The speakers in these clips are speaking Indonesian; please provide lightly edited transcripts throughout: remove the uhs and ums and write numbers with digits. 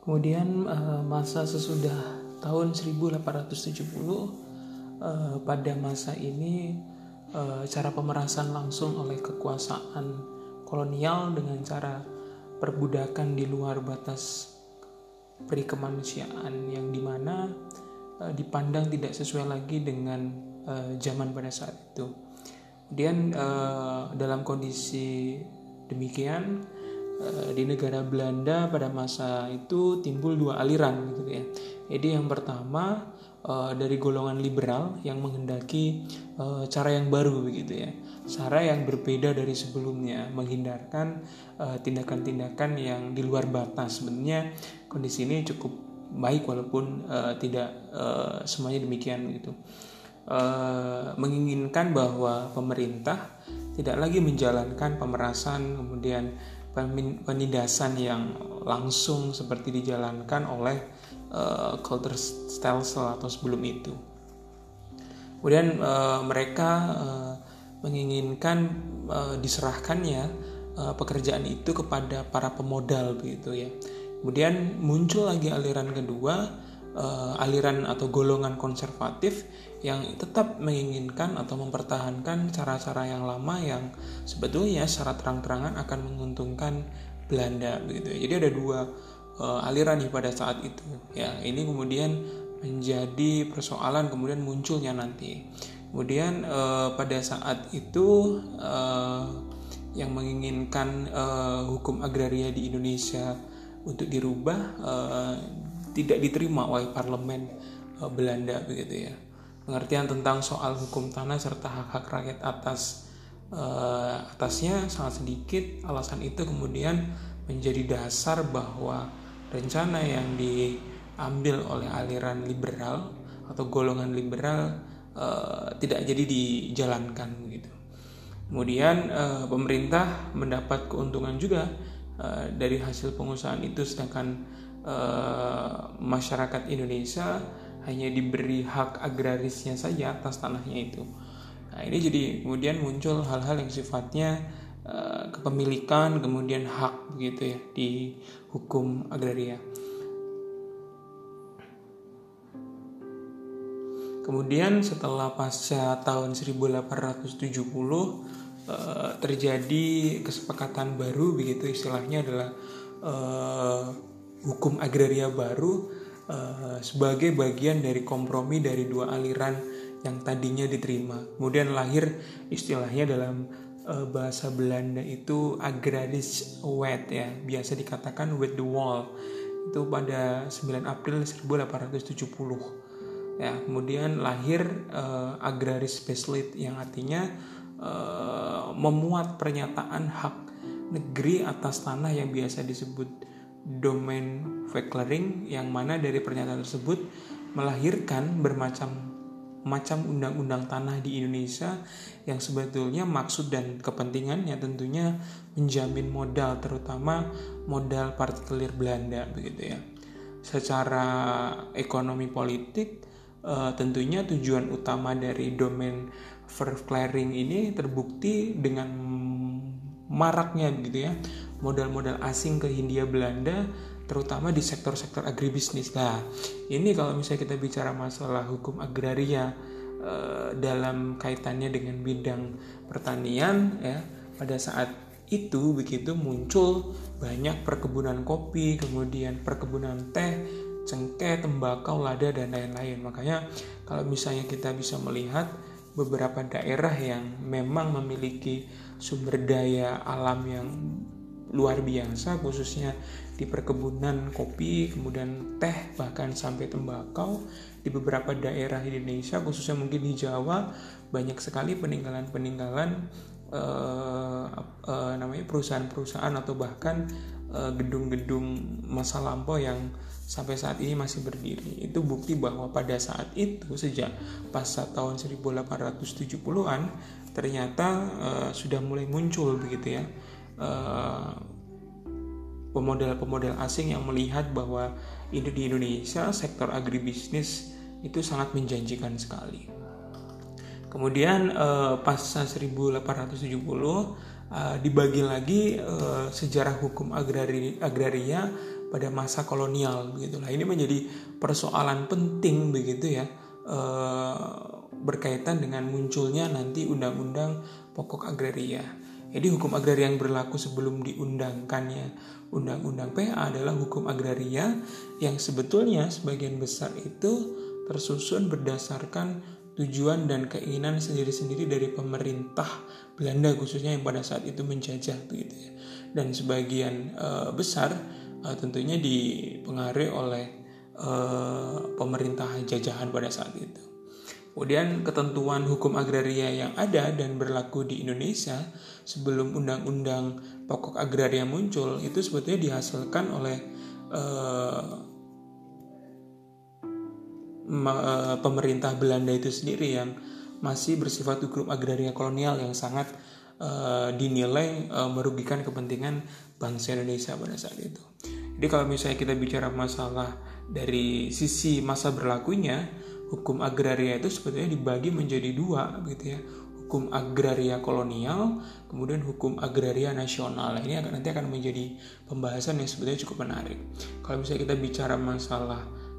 Kemudian masa sesudah tahun 1870, pada masa ini cara pemerasan langsung oleh kekuasaan kolonial dengan cara perbudakan di luar batas peri kemanusiaan, yang dimana dipandang tidak sesuai lagi dengan zaman pada saat itu. Kemudian dalam kondisi demikian, di negara Belanda pada masa itu timbul dua aliran gitu ya. Jadi yang pertama dari golongan liberal yang menghendaki cara yang baru begitu ya, cara yang berbeda dari sebelumnya, menghindarkan tindakan-tindakan yang di luar batas. Sebenarnya kondisi ini cukup baik walaupun tidak semuanya demikian gitu. Menginginkan bahwa pemerintah tidak lagi menjalankan pemerasan, kemudian penindasan yang langsung seperti dijalankan oleh Walter Stelsel atau sebelum itu. Kemudian mereka menginginkan diserahkannya pekerjaan itu kepada para pemodal begitu ya. Kemudian muncul lagi aliran kedua, aliran atau golongan konservatif yang tetap menginginkan atau mempertahankan cara-cara yang lama yang sebetulnya secara terang-terangan akan menguntungkan Belanda begitu ya. Jadi ada dua aliran nih pada saat itu ya. Ini kemudian menjadi persoalan kemudian munculnya nanti. Kemudian pada saat itu yang menginginkan hukum agraria di Indonesia untuk dirubah tidak diterima oleh parlemen Belanda begitu ya. Pengertian tentang soal hukum tanah serta hak-hak rakyat atasnya sangat sedikit. Alasan itu kemudian menjadi dasar bahwa rencana yang diambil oleh aliran liberal atau golongan liberal tidak jadi dijalankan begitu. Kemudian pemerintah mendapat keuntungan juga dari hasil pengusahaan itu, sedangkan masyarakat Indonesia hanya diberi hak agrarisnya saja atas tanahnya itu. Nah, ini jadi kemudian muncul hal-hal yang sifatnya kepemilikan, kemudian hak begitu ya di hukum agraria. Kemudian setelah pasca tahun 1870 terjadi kesepakatan baru begitu, istilahnya adalah hukum agraria baru sebagai bagian dari kompromi dari dua aliran yang tadinya diterima. Kemudian lahir istilahnya dalam bahasa Belanda itu agraris wet ya, biasa dikatakan wet the wall, itu pada 9 April 1870 ya. Kemudian lahir agraris speslit yang artinya memuat pernyataan hak negeri atas tanah yang biasa disebut domain verklaring, yang mana dari pernyataan tersebut melahirkan bermacam undang-undang tanah di Indonesia yang sebetulnya maksud dan kepentingannya tentunya menjamin modal, terutama modal partikulir Belanda begitu ya. Secara ekonomi politik tentunya tujuan utama dari domain verklaring ini terbukti dengan maraknya gitu ya modal-modal asing ke Hindia Belanda, terutama di sektor-sektor agribisnis. Nah, ini kalau misalnya kita bicara masalah hukum agraria dalam kaitannya dengan bidang pertanian ya, pada saat itu begitu muncul banyak perkebunan kopi, kemudian perkebunan teh, cengkeh, tembakau, lada dan lain-lain. Makanya kalau misalnya kita bisa melihat beberapa daerah yang memang memiliki sumber daya alam yang luar biasa, khususnya di perkebunan kopi, kemudian teh, bahkan sampai tembakau, di beberapa daerah di Indonesia, khususnya mungkin di Jawa, banyak sekali peninggalan namanya perusahaan-perusahaan atau bahkan gedung-gedung masa lampau yang sampai saat ini masih berdiri. Itu bukti bahwa pada saat itu, sejak pasca tahun 1870-an, ternyata sudah mulai muncul begitu ya pemodal-pemodal asing yang melihat bahwa di Indonesia sektor agribisnis itu sangat menjanjikan sekali. Kemudian pasca 1870 dibagi lagi sejarah hukum agraria pada masa kolonial begitulah. Ini menjadi persoalan penting begitu ya, berkaitan dengan munculnya nanti undang-undang pokok agraria. Jadi hukum agraria yang berlaku sebelum diundangkannya undang-undang PA adalah hukum agraria yang sebetulnya sebagian besar itu tersusun berdasarkan tujuan dan keinginan sendiri-sendiri dari pemerintah Belanda khususnya yang pada saat itu menjajah begitu ya. Dan sebagian besar tentunya dipengaruhi oleh pemerintah jajahan pada saat itu. Kemudian ketentuan hukum agraria yang ada dan berlaku di Indonesia sebelum undang-undang pokok agraria muncul itu sebetulnya dihasilkan oleh pemerintah Belanda itu sendiri yang masih bersifat hukum agraria kolonial yang sangat dinilai merugikan kepentingan bangsa Indonesia pada saat itu. Jadi kalau misalnya kita bicara masalah dari sisi masa berlakunya, hukum agraria itu sebetulnya dibagi menjadi dua gitu ya. Hukum agraria kolonial, kemudian hukum agraria nasional. Ini nanti akan menjadi pembahasan yang sebetulnya cukup menarik. Kalau misalnya kita bicara masalah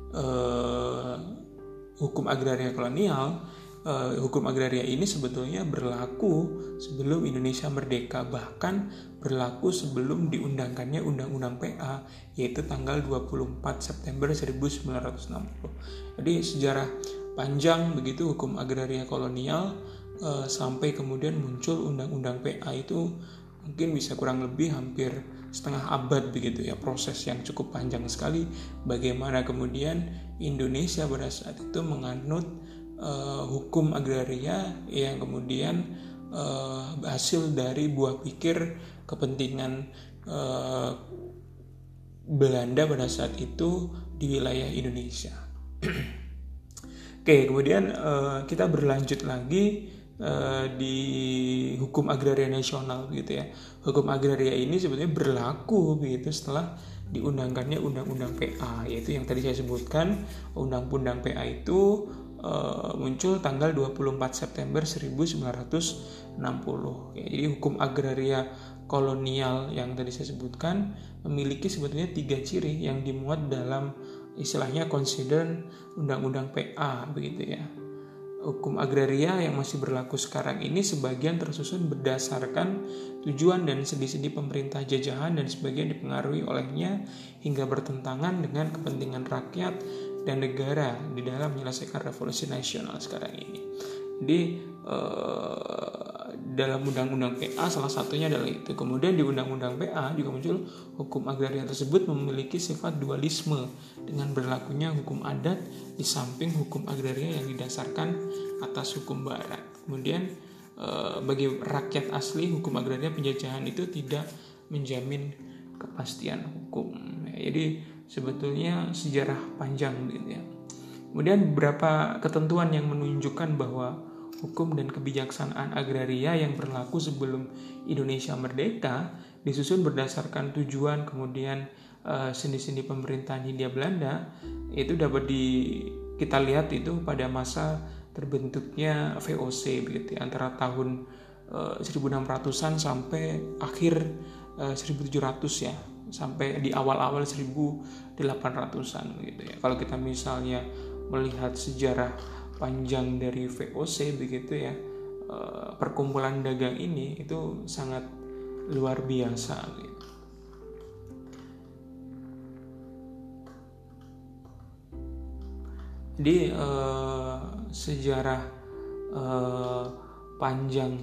hukum agraria kolonial, hukum agraria ini sebetulnya berlaku sebelum Indonesia merdeka, bahkan berlaku sebelum diundangkannya Undang-Undang PA, yaitu tanggal 24 September 1960. Jadi sejarah panjang begitu hukum agraria kolonial sampai kemudian muncul Undang-Undang PA itu mungkin bisa kurang lebih hampir setengah abad begitu ya, proses yang cukup panjang sekali bagaimana kemudian Indonesia pada saat itu menganut hukum agraria yang kemudian hasil dari buah pikir kepentingan Belanda pada saat itu di wilayah Indonesia. Oke, kemudian kita berlanjut lagi di hukum agraria nasional gitu ya. Hukum agraria ini sebetulnya berlaku begitu setelah diundangkannya Undang-Undang PA, yaitu yang tadi saya sebutkan. Undang-Undang PA itu muncul tanggal 24 September 1960. Ya, jadi hukum agraria kolonial yang tadi saya sebutkan memiliki sebetulnya 3 ciri yang dimuat dalam istilahnya konsideran Undang-Undang PA begitu ya. Hukum agraria yang masih berlaku sekarang ini sebagian tersusun berdasarkan tujuan dan sendi-sendi pemerintah jajahan dan sebagian dipengaruhi olehnya hingga bertentangan dengan kepentingan rakyat dan negara di dalam menyelesaikan revolusi nasional sekarang ini. Jadi dalam Undang-Undang PA salah satunya adalah itu. Kemudian di Undang-Undang PA juga muncul hukum agraria tersebut memiliki sifat dualisme dengan berlakunya hukum adat di samping hukum agraria yang didasarkan atas hukum barat. Kemudian bagi rakyat asli hukum agraria penjajahan itu tidak menjamin kepastian hukum. Jadi sebetulnya sejarah panjang gitu ya. Kemudian beberapa ketentuan yang menunjukkan bahwa hukum dan kebijaksanaan agraria yang berlaku sebelum Indonesia merdeka disusun berdasarkan tujuan kemudian sendi-sendi pemerintahan Hindia Belanda itu dapat kita lihat itu pada masa terbentuknya VOC begitu ya, antara tahun 1600-an sampai akhir 1700 ya, sampai di awal-awal 1800-an gitu ya. Kalau kita misalnya melihat sejarah panjang dari VOC begitu ya, perkumpulan dagang ini itu sangat luar biasa gitu. Jadi sejarah panjang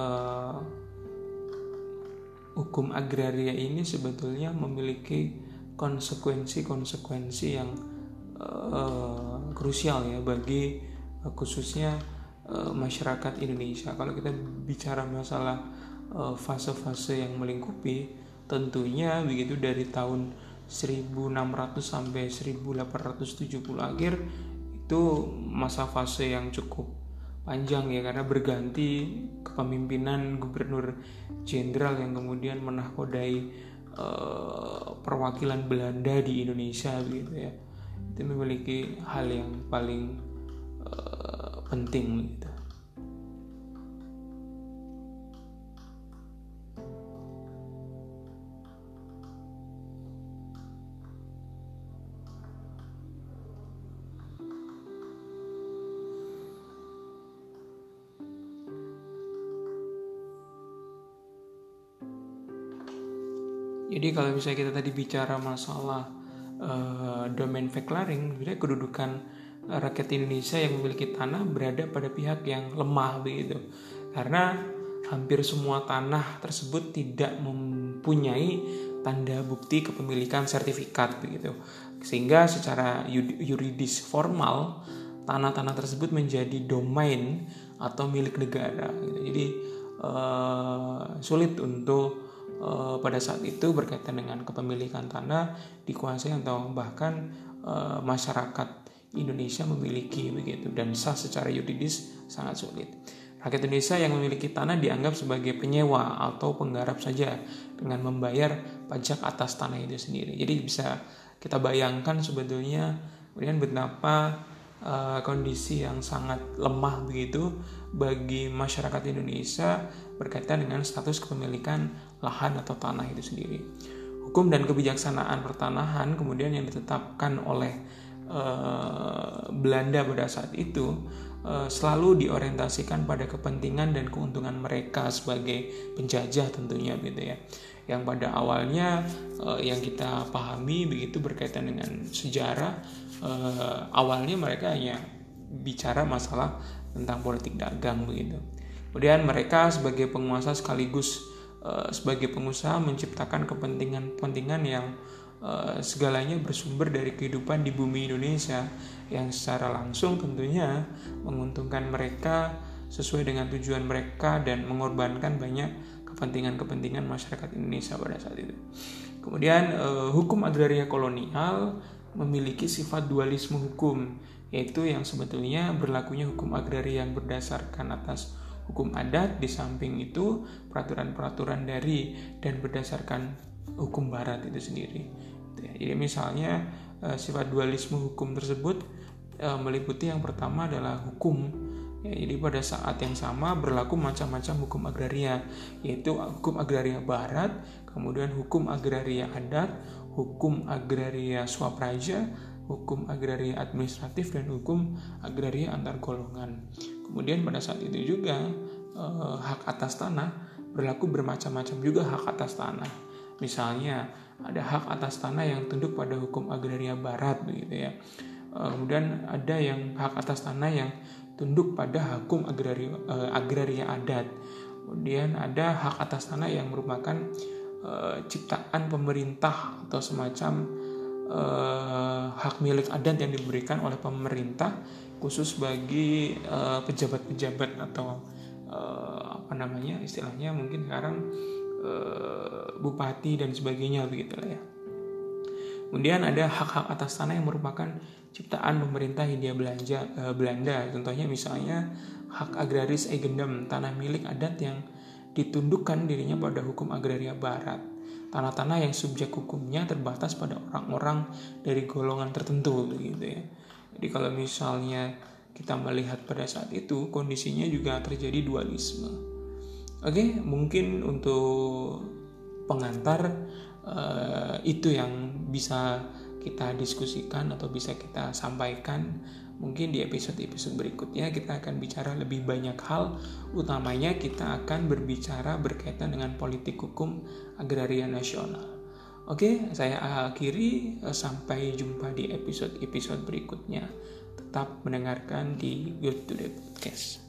hukum agraria ini sebetulnya memiliki konsekuensi yang krusial ya bagi khususnya masyarakat Indonesia. Kalau kita bicara masalah fase-fase yang melingkupi, tentunya begitu dari tahun 1600 sampai 1870 akhir itu masa fase yang cukup panjang ya, karena berganti kepemimpinan gubernur jenderal yang kemudian menahkodai perwakilan Belanda di Indonesia gitu ya. Itu memiliki hal yang paling penting gitu. Jadi kalau misalnya kita tadi bicara masalah domain Veklaring, sebenarnya kedudukan rakyat Indonesia yang memiliki tanah berada pada pihak yang lemah begitu. Karena hampir semua tanah tersebut tidak mempunyai tanda bukti kepemilikan sertifikat begitu. Sehingga secara yuridis formal tanah-tanah tersebut menjadi domain atau milik negara gitu. Jadi sulit untuk pada saat itu berkaitan dengan kepemilikan tanah dikuasai atau bahkan masyarakat Indonesia memiliki begitu, dan sah secara yuridis sangat sulit. Rakyat Indonesia yang memiliki tanah dianggap sebagai penyewa atau penggarap saja dengan membayar pajak atas tanah itu sendiri. Jadi bisa kita bayangkan sebetulnya kemudian betapa kondisi yang sangat lemah begitu bagi masyarakat Indonesia berkaitan dengan status kepemilikan lahan atau tanah itu sendiri. Hukum dan kebijaksanaan pertanahan kemudian yang ditetapkan oleh Belanda pada saat itu selalu diorientasikan pada kepentingan dan keuntungan mereka sebagai penjajah tentunya gitu ya. Yang pada awalnya yang kita pahami begitu berkaitan dengan sejarah, awalnya mereka hanya bicara masalah tentang politik dagang begitu. Kemudian mereka sebagai penguasa sekaligus sebagai pengusaha menciptakan kepentingan yang segalanya bersumber dari kehidupan di bumi Indonesia yang secara langsung tentunya menguntungkan mereka sesuai dengan tujuan mereka dan mengorbankan banyak kepentingan masyarakat Indonesia pada saat itu. Kemudian hukum agraria kolonial memiliki sifat dualisme hukum, yaitu yang sebetulnya berlakunya hukum agraria yang berdasarkan atas hukum adat, di samping itu peraturan-peraturan dari dan berdasarkan hukum barat itu sendiri. Jadi misalnya sifat dualisme hukum tersebut meliputi yang pertama adalah hukum. Jadi pada saat yang sama berlaku macam-macam hukum agraria, yaitu hukum agraria barat, kemudian hukum agraria adat, hukum agraria swapraja, hukum agraria administratif, dan hukum agraria antar golongan. Kemudian pada saat itu juga hak atas tanah berlaku bermacam-macam juga hak atas tanah. Misalnya ada hak atas tanah yang tunduk pada hukum agraria barat begitu ya. Kemudian ada yang hak atas tanah yang tunduk pada hukum agraria adat. Kemudian ada hak atas tanah yang merupakan ciptaan pemerintah atau semacam hak milik adat yang diberikan oleh pemerintah khusus bagi pejabat-pejabat atau istilahnya mungkin sekarang bupati dan sebagainya begitulah ya. Kemudian ada hak-hak atas tanah yang merupakan ciptaan pemerintah Hindia Belanda. Contohnya misalnya hak agraris eigendom, tanah milik adat yang ditundukkan dirinya pada hukum agraria barat. Tanah-tanah yang subjek hukumnya terbatas pada orang-orang dari golongan tertentu begitu ya. Jadi kalau misalnya kita melihat pada saat itu kondisinya juga terjadi dualisme. Oke, mungkin untuk pengantar itu yang bisa kita diskusikan atau bisa kita sampaikan. Mungkin di episode-episode berikutnya kita akan bicara lebih banyak hal, utamanya kita akan berbicara berkaitan dengan politik hukum agraria nasional. Oke, saya akhiri, sampai jumpa di episode-episode berikutnya. Tetap mendengarkan di Good to the Podcast.